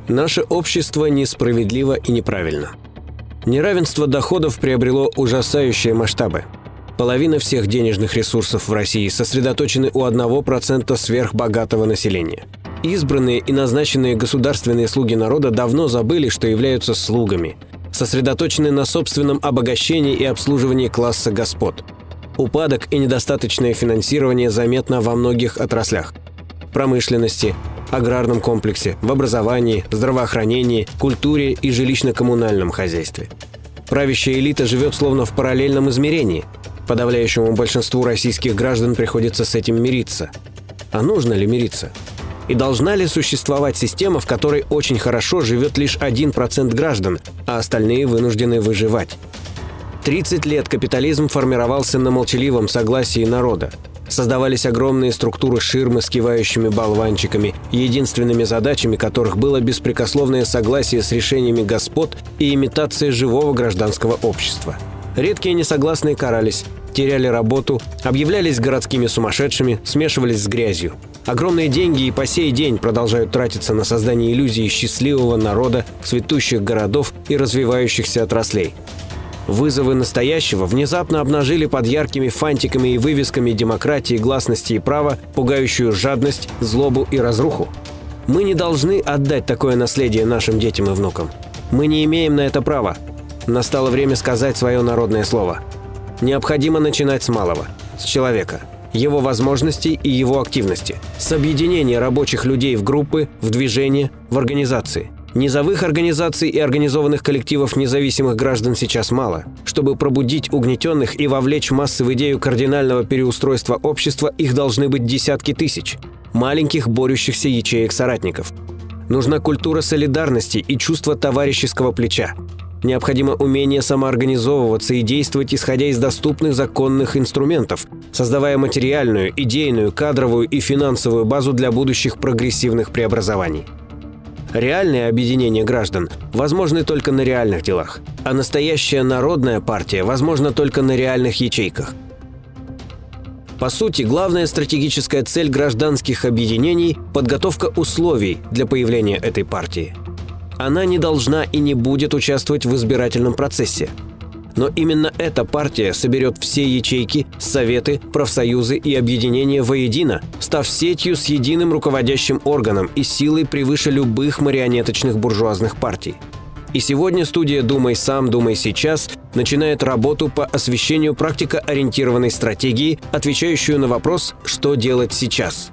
Наше общество несправедливо и неправильно. Неравенство доходов приобрело ужасающие масштабы. Половина всех денежных ресурсов в России сосредоточены у 1% сверхбогатого населения. Избранные и назначенные государственные слуги народа давно забыли, что являются слугами, сосредоточены на собственном обогащении и обслуживании класса господ. Упадок и недостаточное финансирование заметно во многих отраслях – промышленности, аграрном комплексе, в образовании, здравоохранении, культуре и жилищно-коммунальном хозяйстве. Правящая элита живет словно в параллельном измерении. Подавляющему большинству российских граждан приходится с этим мириться. А нужно ли мириться? И должна ли существовать система, в которой очень хорошо живет лишь 1% граждан, а остальные вынуждены выживать? 30 лет капитализм формировался на молчаливом согласии народа. Создавались огромные структуры ширмы с кивающими болванчиками, единственными задачами которых было беспрекословное согласие с решениями господ и имитация живого гражданского общества. Редкие несогласные карались, теряли работу, объявлялись городскими сумасшедшими, смешивались с грязью. Огромные деньги и по сей день продолжают тратиться на создание иллюзии счастливого народа, цветущих городов и развивающихся отраслей. Вызовы настоящего внезапно обнажили под яркими фантиками и вывесками демократии, гласности и права пугающую жадность, злобу и разруху. Мы не должны отдать такое наследие нашим детям и внукам. Мы не имеем на это права. Настало время сказать свое народное слово. Необходимо начинать с малого, с человека, его возможностей и его активности, с объединения рабочих людей в группы, в движения, в организации. Низовых организаций и организованных коллективов независимых граждан сейчас мало. Чтобы пробудить угнетенных и вовлечь массы в идею кардинального переустройства общества, их должны быть десятки тысяч. Маленьких борющихся ячеек соратников. Нужна культура солидарности и чувство товарищеского плеча. Необходимо умение самоорганизовываться и действовать, исходя из доступных законных инструментов, создавая материальную, идейную, кадровую и финансовую базу для будущих прогрессивных преобразований. Реальное объединение граждан возможно только на реальных делах, а настоящая народная партия возможна только на реальных ячейках. По сути, главная стратегическая цель гражданских объединений – подготовка условий для появления этой партии. Она не должна и не будет участвовать в избирательном процессе. Но именно эта партия соберет все ячейки, советы, профсоюзы и объединения воедино, став сетью с единым руководящим органом и силой превыше любых марионеточных буржуазных партий. И сегодня студия «Думай сам, думай сейчас» начинает работу по освещению практикоориентированной стратегии, отвечающую на вопрос «Что делать сейчас?».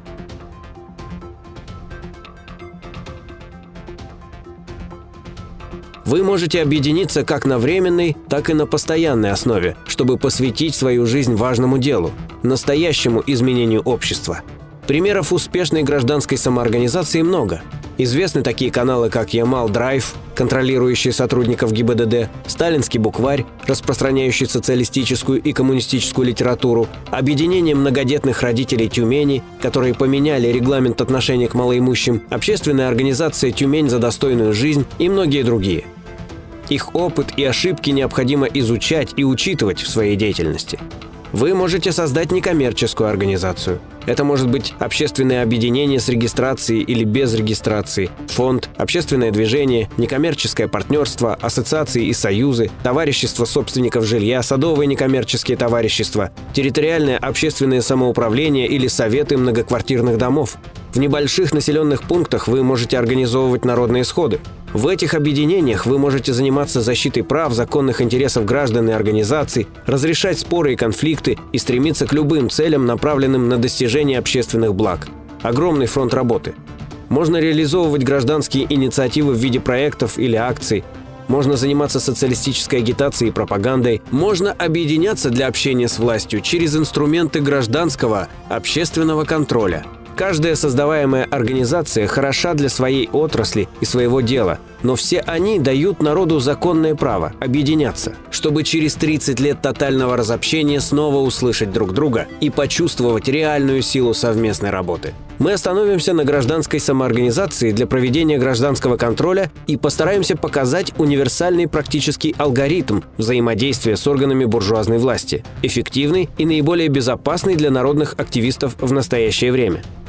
Вы можете объединиться как на временной, так и на постоянной основе, чтобы посвятить свою жизнь важному делу – настоящему изменению общества. Примеров успешной гражданской самоорганизации много. Известны такие каналы, как Ямал-Драйв, контролирующий сотрудников ГИБДД, Сталинский букварь, распространяющий социалистическую и коммунистическую литературу, объединение многодетных родителей Тюмени, которые поменяли регламент отношения к малоимущим, общественная организация «Тюмень за достойную жизнь» и многие другие. Их опыт и ошибки необходимо изучать и учитывать в своей деятельности. Вы можете создать некоммерческую организацию. Это может быть общественное объединение с регистрацией или без регистрации, фонд, общественное движение, некоммерческое партнерство, ассоциации и союзы, товарищество собственников жилья, садовые некоммерческие товарищества, территориальное общественное самоуправление или советы многоквартирных домов. В небольших населенных пунктах вы можете организовывать народные сходы. В этих объединениях вы можете заниматься защитой прав, законных интересов граждан и организаций, разрешать споры и конфликты и стремиться к любым целям, направленным на достижение общественных благ. Огромный фронт работы. Можно реализовывать гражданские инициативы в виде проектов или акций. Можно заниматься социалистической агитацией и пропагандой. Можно объединяться для общения с властью через инструменты гражданского общественного контроля. Каждая создаваемая организация хороша для своей отрасли и своего дела, но все они дают народу законное право объединяться, чтобы через 30 лет тотального разобщения снова услышать друг друга и почувствовать реальную силу совместной работы. Мы остановимся на гражданской самоорганизации для проведения гражданского контроля и постараемся показать универсальный практический алгоритм взаимодействия с органами буржуазной власти, эффективный и наиболее безопасный для народных активистов в настоящее время.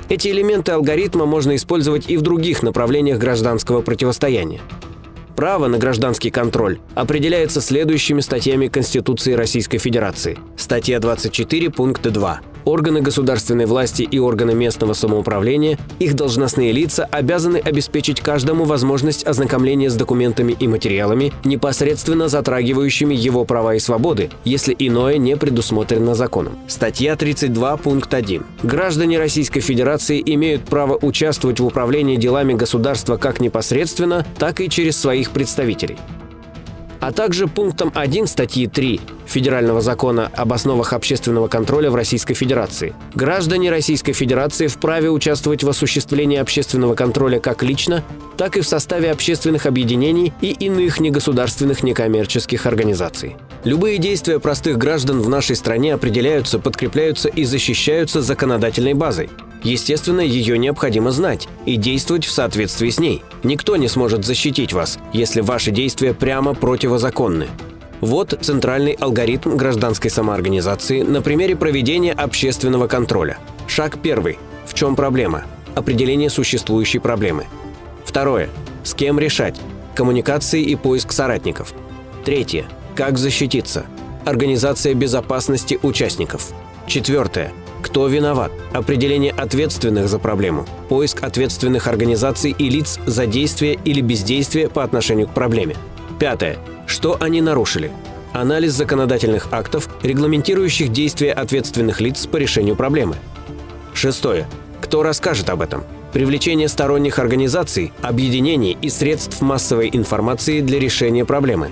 Эти элементы алгоритма можно использовать и в других направлениях гражданского противостояния. Право на гражданский контроль определяется следующими статьями Конституции Российской Федерации. Статья 24, пункт 2. Органы государственной власти и органы местного самоуправления, их должностные лица обязаны обеспечить каждому возможность ознакомления с документами и материалами, непосредственно затрагивающими его права и свободы, если иное не предусмотрено законом. Статья 32, пункт 1. Граждане Российской Федерации имеют право участвовать в управлении делами государства как непосредственно, так и через своих представителей. А также пунктом 1 статьи 3 Федерального закона об основах общественного контроля в Российской Федерации. Граждане Российской Федерации вправе участвовать в осуществлении общественного контроля как лично, так и в составе общественных объединений и иных негосударственных некоммерческих организаций. Любые действия простых граждан в нашей стране определяются, подкрепляются и защищаются законодательной базой. Естественно, ее необходимо знать и действовать в соответствии с ней. Никто не сможет защитить вас, если ваши действия прямо противозаконны. Вот центральный алгоритм гражданской самоорганизации на примере проведения общественного контроля. Шаг 1. В чем проблема? Определение существующей проблемы. 2. С кем решать? Коммуникации и поиск соратников. 3. Как защититься? Организация безопасности участников. 4. Кто виноват? Определение ответственных за проблему. Поиск ответственных организаций и лиц за действие или бездействие по отношению к проблеме. 5. Что они нарушили? Анализ законодательных актов, регламентирующих действия ответственных лиц по решению проблемы. 6. Кто расскажет об этом? Привлечение сторонних организаций, объединений и средств массовой информации для решения проблемы.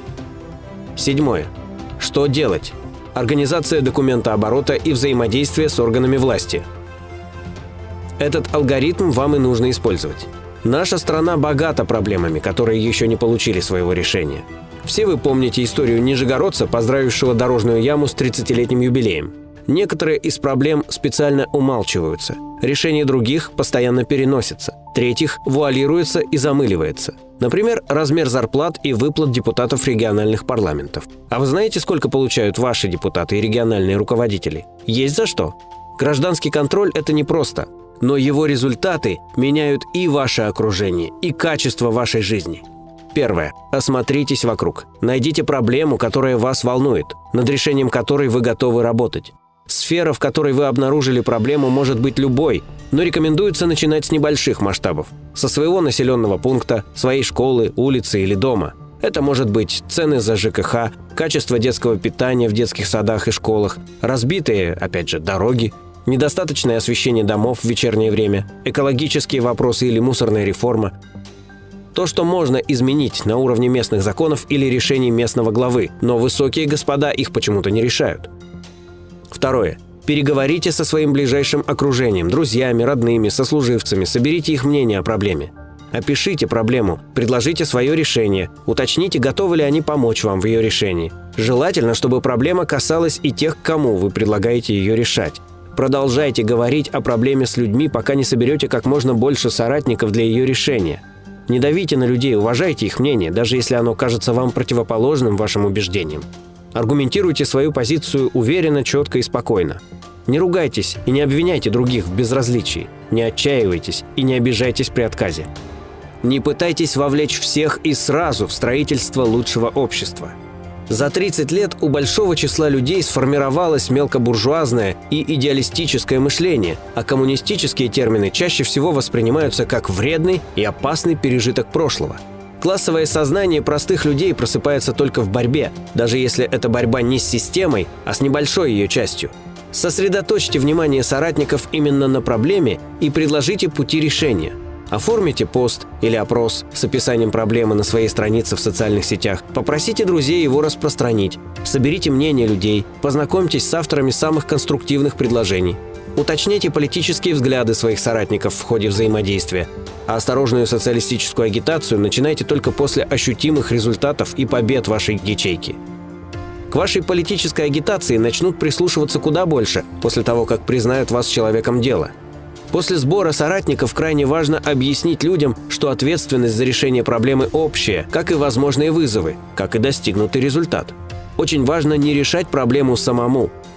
7. Что делать? Организация документооборота и взаимодействие с органами власти. Этот алгоритм вам и нужно использовать. Наша страна богата проблемами, которые еще не получили своего решения. Все вы помните историю нижегородца, поздравившего дорожную яму с 30-летним юбилеем. Некоторые из проблем специально умалчиваются, решение других постоянно переносится, третьих вуалируется и замыливается. Например, размер зарплат и выплат депутатов региональных парламентов. А вы знаете, сколько получают ваши депутаты и региональные руководители? Есть за что? Гражданский контроль – это непросто, но его результаты меняют и ваше окружение, и качество вашей жизни. 1. Осмотритесь вокруг. Найдите проблему, которая вас волнует, над решением которой вы готовы работать. Сфера, в которой вы обнаружили проблему, может быть любой, но рекомендуется начинать с небольших масштабов. Со своего населенного пункта, своей школы, улицы или дома. Это может быть цены за ЖКХ, качество детского питания в детских садах и школах, разбитые, опять же, дороги, недостаточное освещение домов в вечернее время, экологические вопросы или мусорная реформа. То, что можно изменить на уровне местных законов или решений местного главы, но высокие господа их почему-то не решают. 2. Переговорите со своим ближайшим окружением, друзьями, родными, сослуживцами, соберите их мнение о проблеме. Опишите проблему, предложите свое решение, уточните, готовы ли они помочь вам в ее решении. Желательно, чтобы проблема касалась и тех, кому вы предлагаете ее решать. Продолжайте говорить о проблеме с людьми, пока не соберете как можно больше соратников для ее решения. Не давите на людей, уважайте их мнение, даже если оно кажется вам противоположным вашим убеждениям. Аргументируйте свою позицию уверенно, четко и спокойно. Не ругайтесь и не обвиняйте других в безразличии. Не отчаивайтесь и не обижайтесь при отказе. Не пытайтесь вовлечь всех и сразу в строительство лучшего общества. За 30 лет у большого числа людей сформировалось мелкобуржуазное и идеалистическое мышление, а коммунистические термины чаще всего воспринимаются как вредный и опасный пережиток прошлого. Классовое сознание простых людей просыпается только в борьбе, даже если эта борьба не с системой, а с небольшой ее частью. Сосредоточьте внимание соратников именно на проблеме и предложите пути решения. Оформите пост или опрос с описанием проблемы на своей странице в социальных сетях, попросите друзей его распространить, соберите мнение людей, познакомьтесь с авторами самых конструктивных предложений. Уточняйте политические взгляды своих соратников в ходе взаимодействия, а осторожную социалистическую агитацию начинайте только после ощутимых результатов и побед вашей ячейки. К вашей политической агитации начнут прислушиваться куда больше после того, как признают вас человеком дела. После сбора соратников крайне важно объяснить людям, что ответственность за решение проблемы общая, как и возможные вызовы, как и достигнутый результат. Очень важно не решать проблему самому,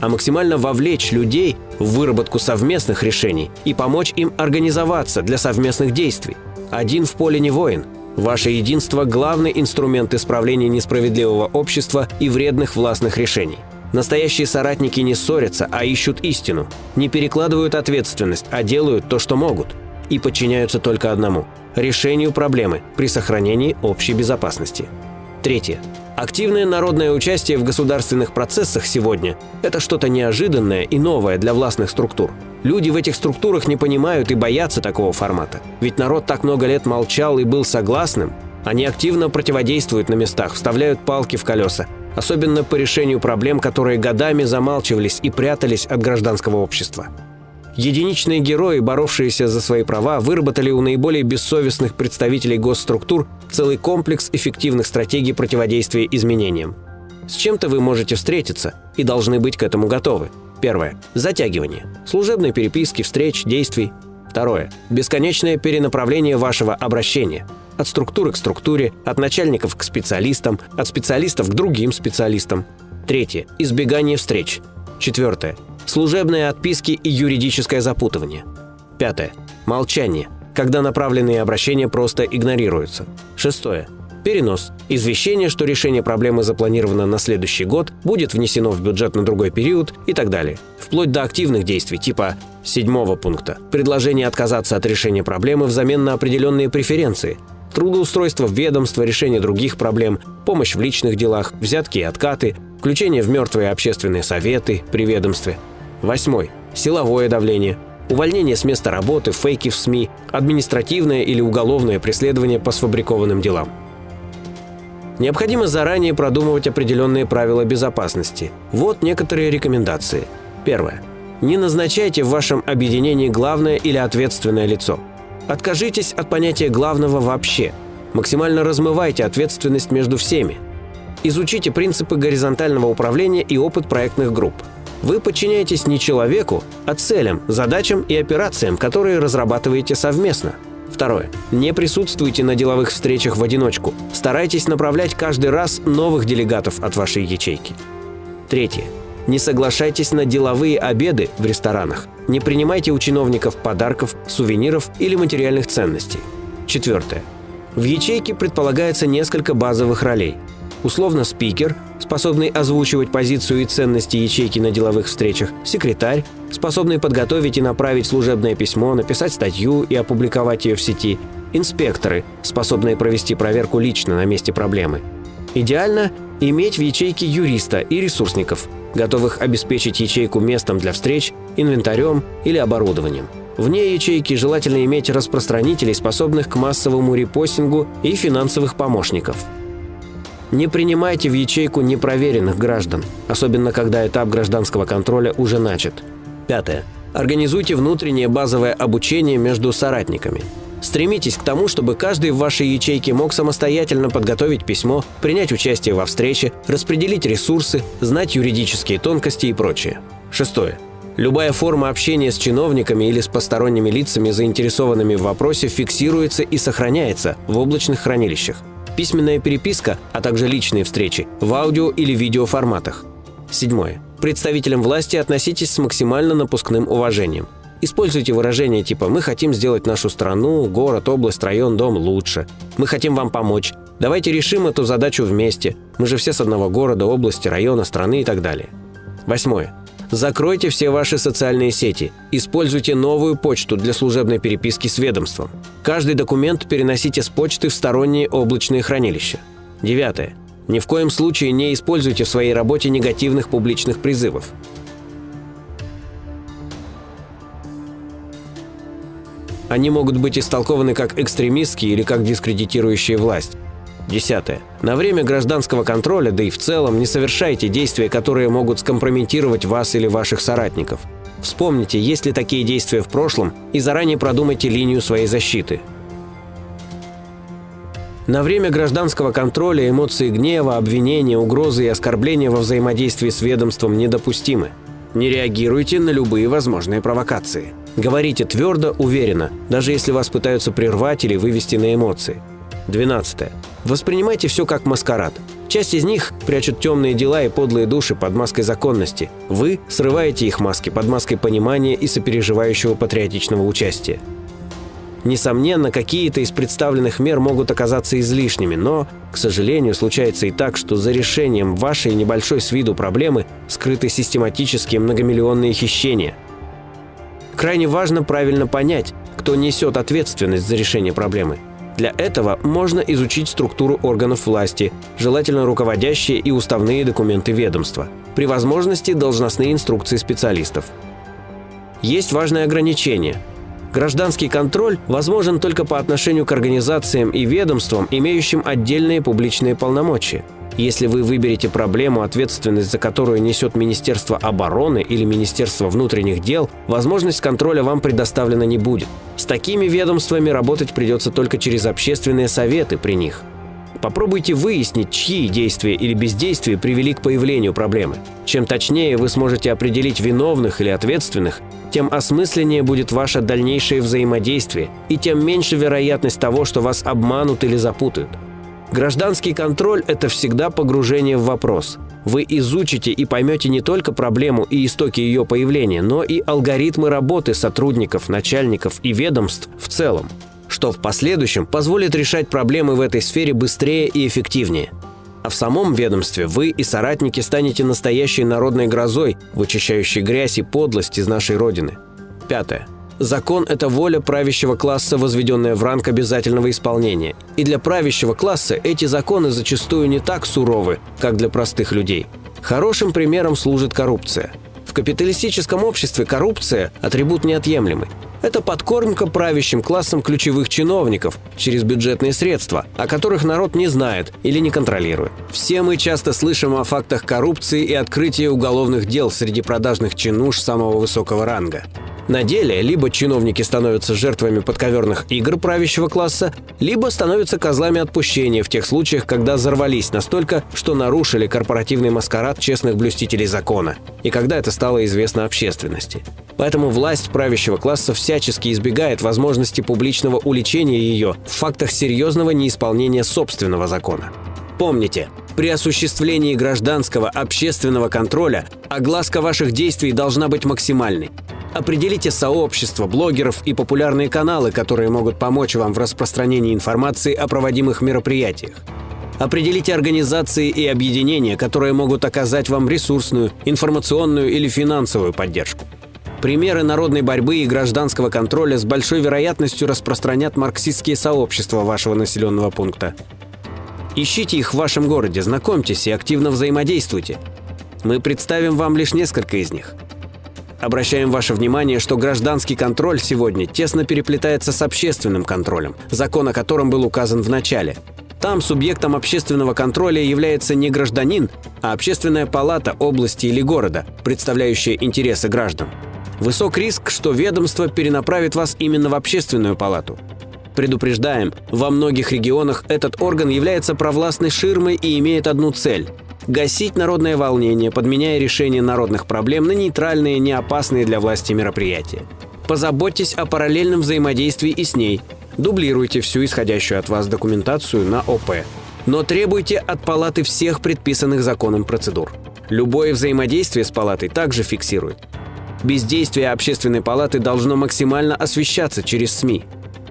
а максимально вовлечь людей в выработку совместных решений и помочь им организоваться для совместных действий. Один в поле не воин. Ваше единство – главный инструмент исправления несправедливого общества и вредных властных решений. Настоящие соратники не ссорятся, а ищут истину, не перекладывают ответственность, а делают то, что могут, и подчиняются только одному – решению проблемы при сохранении общей безопасности. Третье. Активное народное участие в государственных процессах сегодня – это что-то неожиданное и новое для властных структур. Люди в этих структурах не понимают и боятся такого формата. Ведь народ так много лет молчал и был согласным. Они активно противодействуют на местах, вставляют палки в колеса, особенно по решению проблем, которые годами замалчивались и прятались от гражданского общества. Единичные герои, боровшиеся за свои права, выработали у наиболее бессовестных представителей госструктур целый комплекс эффективных стратегий противодействия изменениям. С чем-то вы можете встретиться и должны быть к этому готовы. Первое. Затягивание. Служебной переписки, встреч, действий. Второе. Бесконечное перенаправление вашего обращения. От структуры к структуре, от начальников к специалистам, от специалистов к другим специалистам. Третье. Избегание встреч. Четвертое. Служебные отписки и юридическое запутывание. Пятое. Молчание, когда направленные обращения просто игнорируются. Шестое. Перенос. Извещение, что решение проблемы запланировано на следующий год, будет внесено в бюджет на другой период и так далее. Вплоть до активных действий, типа 7 пункта. Предложение отказаться от решения проблемы взамен на определенные преференции. Трудоустройство в ведомство, решение других проблем, помощь в личных делах, взятки и откаты, включение в мертвые общественные советы при ведомстве. 8. Силовое давление. Увольнение с места работы, фейки в СМИ, административное или уголовное преследование по сфабрикованным делам. Необходимо заранее продумывать определенные правила безопасности. Вот некоторые рекомендации. Первое. Не назначайте в вашем объединении главное или ответственное лицо. Откажитесь от понятия главного вообще. Максимально размывайте ответственность между всеми. Изучите принципы горизонтального управления и опыт проектных групп. Вы подчиняетесь не человеку, а целям, задачам и операциям, которые разрабатываете совместно. Второе. Не присутствуйте на деловых встречах в одиночку. Старайтесь направлять каждый раз новых делегатов от вашей ячейки. Третье. Не соглашайтесь на деловые обеды в ресторанах. Не принимайте у чиновников подарков, сувениров или материальных ценностей. Четвертое. В ячейке предполагается несколько базовых ролей. Условно спикер, способный озвучивать позицию и ценности ячейки на деловых встречах, секретарь, способный подготовить и направить служебное письмо, написать статью и опубликовать ее в сети, инспекторы, способные провести проверку лично на месте проблемы. Идеально иметь в ячейке юриста и ресурсников, готовых обеспечить ячейку местом для встреч, инвентарем или оборудованием. Вне ячейки желательно иметь распространителей, способных к массовому репостингу, и финансовых помощников. Не принимайте в ячейку непроверенных граждан, особенно когда этап гражданского контроля уже начат. Пятое. Организуйте внутреннее базовое обучение между соратниками. Стремитесь к тому, чтобы каждый в вашей ячейке мог самостоятельно подготовить письмо, принять участие во встрече, распределить ресурсы, знать юридические тонкости и прочее. Шестое. Любая форма общения с чиновниками или с посторонними лицами, заинтересованными в вопросе, фиксируется и сохраняется в облачных хранилищах. Письменная переписка, а также личные встречи в аудио- или видеоформатах. Седьмое. Представителям власти относитесь с максимально напускным уважением. Используйте выражения типа «мы хотим сделать нашу страну, город, область, район, дом лучше», «мы хотим вам помочь», «давайте решим эту задачу вместе», «мы же все с одного города, области, района, страны» и так далее. Восьмое. Закройте все ваши социальные сети. Используйте новую почту для служебной переписки с ведомством. Каждый документ переносите с почты в сторонние облачные хранилища. Девятое. Ни в коем случае не используйте в своей работе негативных публичных призывов. Они могут быть истолкованы как экстремистские или как дискредитирующие власть. Десятое. На время гражданского контроля, да и в целом, не совершайте действия, которые могут скомпрометировать вас или ваших соратников. Вспомните, есть ли такие действия в прошлом, и заранее продумайте линию своей защиты. На время гражданского контроля эмоции гнева, обвинения, угрозы и оскорбления во взаимодействии с ведомством недопустимы. Не реагируйте на любые возможные провокации. Говорите твердо, уверенно, даже если вас пытаются прервать или вывести на эмоции. 12. Воспринимайте все как маскарад. Часть из них прячут темные дела и подлые души под маской законности. Вы срываете их маски под маской понимания и сопереживающего патриотичного участия. Несомненно, какие-то из представленных мер могут оказаться излишними, но, к сожалению, случается и так, что за решением вашей небольшой с виду проблемы скрыты систематические многомиллионные хищения. Крайне важно правильно понять, кто несет ответственность за решение проблемы. Для этого можно изучить структуру органов власти, желательно руководящие и уставные документы ведомства, при возможности должностные инструкции специалистов. Есть важное ограничение. Гражданский контроль возможен только по отношению к организациям и ведомствам, имеющим отдельные публичные полномочия. Если вы выберете проблему, ответственность за которую несет Министерство обороны или Министерство внутренних дел, возможность контроля вам предоставлена не будет. С такими ведомствами работать придется только через общественные советы при них. Попробуйте выяснить, чьи действия или бездействия привели к появлению проблемы. Чем точнее вы сможете определить виновных или ответственных, тем осмысленнее будет ваше дальнейшее взаимодействие, и тем меньше вероятность того, что вас обманут или запутают. Гражданский контроль – это всегда погружение в вопрос. Вы изучите и поймете не только проблему и истоки ее появления, но и алгоритмы работы сотрудников, начальников и ведомств в целом, что в последующем позволит решать проблемы в этой сфере быстрее и эффективнее. А в самом ведомстве вы и соратники станете настоящей народной грозой, вычищающей грязь и подлость из нашей Родины. 5. Закон – это воля правящего класса, возведенная в ранг обязательного исполнения. И для правящего класса эти законы зачастую не так суровы, как для простых людей. Хорошим примером служит коррупция. В капиталистическом обществе коррупция – атрибут неотъемлемый. Это подкормка правящим классом ключевых чиновников через бюджетные средства, о которых народ не знает или не контролирует. Все мы часто слышим о фактах коррупции и открытии уголовных дел среди продажных чинуш самого высокого ранга. На деле либо чиновники становятся жертвами подковерных игр правящего класса, либо становятся козлами отпущения в тех случаях, когда взорвались настолько, что нарушили корпоративный маскарад честных блюстителей закона, и когда это стало известно общественности. Поэтому власть правящего класса всячески избегает возможности публичного уличения ее в фактах серьезного неисполнения собственного закона. Помните, при осуществлении гражданского общественного контроля огласка ваших действий должна быть максимальной. Определите сообщества, блогеров и популярные каналы, которые могут помочь вам в распространении информации о проводимых мероприятиях. Определите организации и объединения, которые могут оказать вам ресурсную, информационную или финансовую поддержку. Примеры народной борьбы и гражданского контроля с большой вероятностью распространят марксистские сообщества вашего населенного пункта. Ищите их в вашем городе, знакомьтесь и активно взаимодействуйте. Мы представим вам лишь несколько из них. Обращаем ваше внимание, что гражданский контроль сегодня тесно переплетается с общественным контролем, закон о котором был указан в начале. Там субъектом общественного контроля является не гражданин, а общественная палата области или города, представляющая интересы граждан. Высок риск, что ведомство перенаправит вас именно в общественную палату. Предупреждаем, во многих регионах этот орган является провластной ширмой и имеет одну цель – гасить народное волнение, подменяя решение народных проблем на нейтральные, неопасные для власти мероприятия. Позаботьтесь о параллельном взаимодействии и с ней. Дублируйте всю исходящую от вас документацию на ОП. Но требуйте от палаты всех предписанных законом процедур. Любое взаимодействие с палатой также фиксирует. Бездействие общественной палаты должно максимально освещаться через СМИ.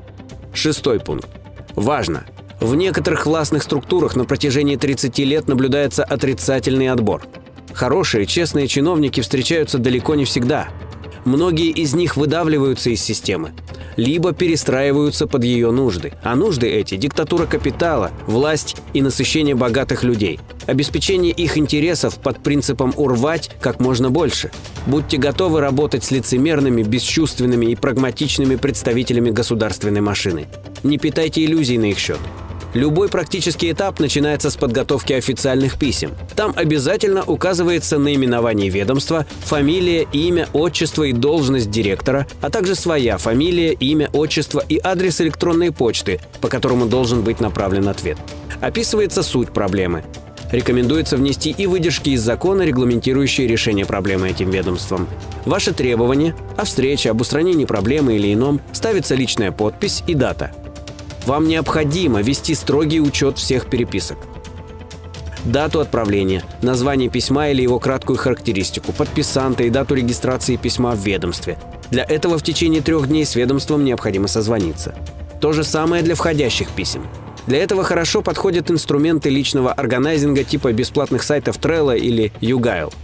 6 пункт. Важно! В некоторых властных структурах на протяжении 30 лет наблюдается отрицательный отбор. Хорошие, честные чиновники встречаются далеко не всегда. Многие из них выдавливаются из системы, либо перестраиваются под ее нужды. А нужды эти – диктатура капитала, власть и насыщение богатых людей, обеспечение их интересов под принципом «урвать как можно больше». Будьте готовы работать с лицемерными, бесчувственными и прагматичными представителями государственной машины. Не питайте иллюзий на их счет. Любой практический этап начинается с подготовки официальных писем. Там обязательно указывается наименование ведомства, фамилия, имя, отчество и должность директора, а также своя фамилия, имя, отчество и адрес электронной почты, по которому должен быть направлен ответ. Описывается суть проблемы. Рекомендуется внести и выдержки из закона, регламентирующие решение проблемы этим ведомством. Ваши требования о встрече, об устранении проблемы или ином, ставится личная подпись и дата. Вам необходимо вести строгий учет всех переписок. дату отправления, название письма или его краткую характеристику, подписанта и дату регистрации письма в ведомстве. Для этого в течение 3 дней с ведомством необходимо созвониться. То же самое для входящих писем. Для этого хорошо подходят инструменты личного органайзинга типа бесплатных сайтов Trello или YouGile.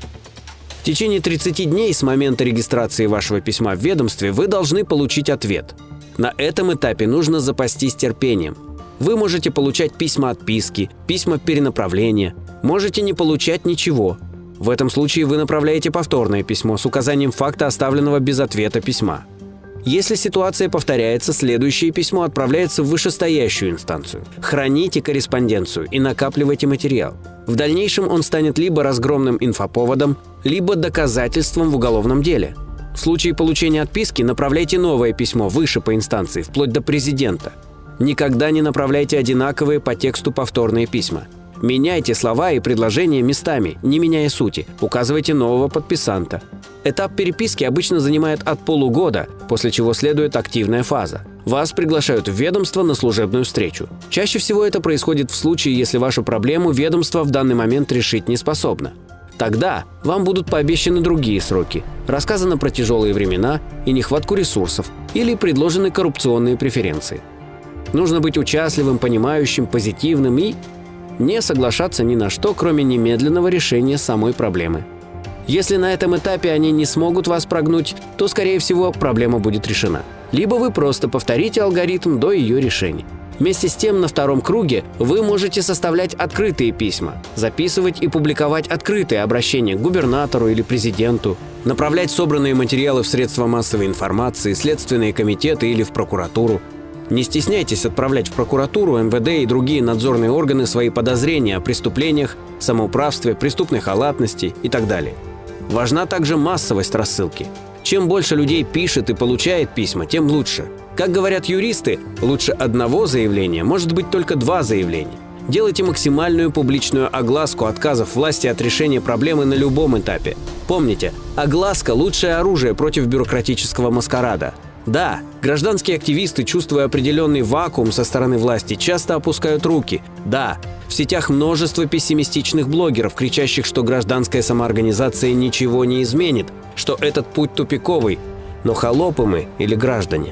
В течение 30 дней с момента регистрации вашего письма в ведомстве вы должны получить ответ. На этом этапе нужно запастись терпением. Вы можете получать письма отписки, письма перенаправления, можете не получать ничего. В этом случае вы направляете повторное письмо с указанием факта оставленного без ответа письма. Если ситуация повторяется, следующее письмо отправляется в вышестоящую инстанцию. Храните корреспонденцию и накапливайте материал. В дальнейшем он станет либо разгромным инфоповодом, либо доказательством в уголовном деле. В случае получения отписки направляйте новое письмо выше по инстанции, вплоть до президента. Никогда не направляйте одинаковые по тексту повторные письма. Меняйте слова и предложения местами, не меняя сути. Указывайте нового подписанта. Этап переписки обычно занимает от полугода, после чего следует активная фаза. Вас приглашают в ведомство на служебную встречу. Чаще всего это происходит в случае, если вашу проблему ведомство в данный момент решить не способно. Тогда вам будут пообещаны другие сроки, рассказано про тяжелые времена и нехватку ресурсов или предложены коррупционные преференции. Нужно быть участливым, понимающим, позитивным и не соглашаться ни на что, кроме немедленного решения самой проблемы. Если на этом этапе они не смогут вас прогнуть, то, скорее всего, проблема будет решена. Либо вы просто повторите алгоритм до ее решения. Вместе с тем, на втором круге вы можете составлять открытые письма, записывать и публиковать открытые обращения к губернатору или президенту, направлять собранные материалы в средства массовой информации, следственные комитеты или в прокуратуру. Не стесняйтесь отправлять в прокуратуру, МВД и другие надзорные органы свои подозрения о преступлениях, самоуправстве, преступной халатности и так далее. Важна также массовость рассылки. Чем больше людей пишет и получает письма, тем лучше. Как говорят юристы, лучше одного заявления, может быть только 2 заявления. Делайте максимальную публичную огласку отказов власти от решения проблемы на любом этапе. Помните, огласка – лучшее оружие против бюрократического маскарада. Да, гражданские активисты, чувствуя определенный вакуум со стороны власти, часто опускают руки. Да, в сетях множество пессимистичных блогеров, кричащих, что гражданская самоорганизация ничего не изменит, что этот путь тупиковый. Но холопы мы или граждане?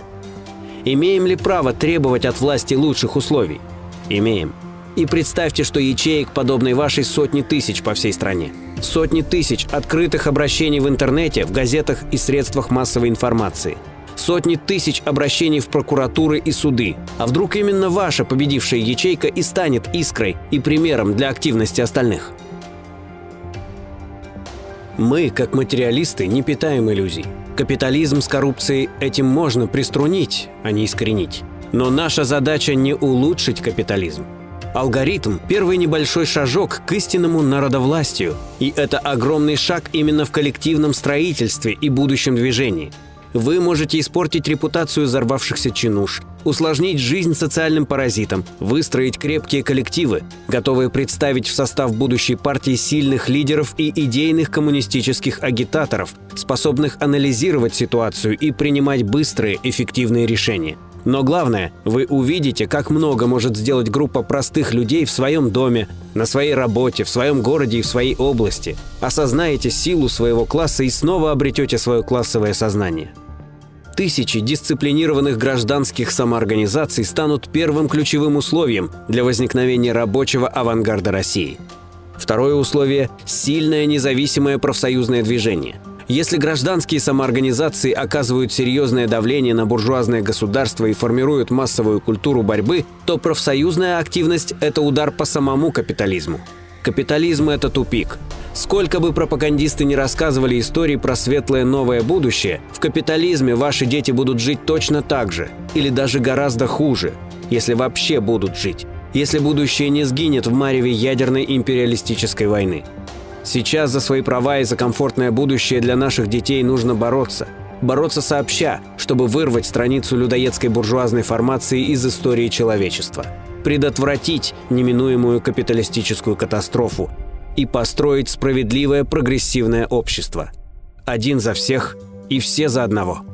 Имеем ли право требовать от власти лучших условий? Имеем. И представьте, что ячеек, подобной вашей, сотни тысяч по всей стране. Сотни тысяч открытых обращений в интернете, в газетах и средствах массовой информации. Сотни тысяч обращений в прокуратуры и суды. А вдруг именно ваша победившая ячейка и станет искрой и примером для активности остальных? Мы, как материалисты, не питаем иллюзий. Капитализм с коррупцией этим можно приструнить, а не искоренить. Но наша задача не улучшить капитализм. Алгоритм – первый небольшой шажок к истинному народовластию. И это огромный шаг именно в коллективном строительстве и будущем движении. Вы можете испортить репутацию взорвавшихся чинуш, усложнить жизнь социальным паразитам, выстроить крепкие коллективы, готовые представить в состав будущей партии сильных лидеров и идейных коммунистических агитаторов, способных анализировать ситуацию и принимать быстрые, эффективные решения. Но главное, вы увидите, как много может сделать группа простых людей в своем доме, на своей работе, в своем городе и в своей области. Осознаете силу своего класса и снова обретете свое классовое сознание. Тысячи дисциплинированных гражданских самоорганизаций станут первым ключевым условием для возникновения рабочего авангарда России. Второе условие – сильное независимое профсоюзное движение. Если гражданские самоорганизации оказывают серьезное давление на буржуазное государство и формируют массовую культуру борьбы, то профсоюзная активность – это удар по самому капитализму. Капитализм – это тупик. Сколько бы пропагандисты ни рассказывали истории про светлое новое будущее, в капитализме ваши дети будут жить точно так же, или даже гораздо хуже, если вообще будут жить, если будущее не сгинет в мареве ядерной империалистической войны. Сейчас за свои права и за комфортное будущее для наших детей нужно бороться. Бороться сообща, чтобы вырвать страницу людоедской буржуазной формации из истории человечества. Предотвратить неминуемую капиталистическую катастрофу и построить справедливое прогрессивное общество. Один за всех и все за одного.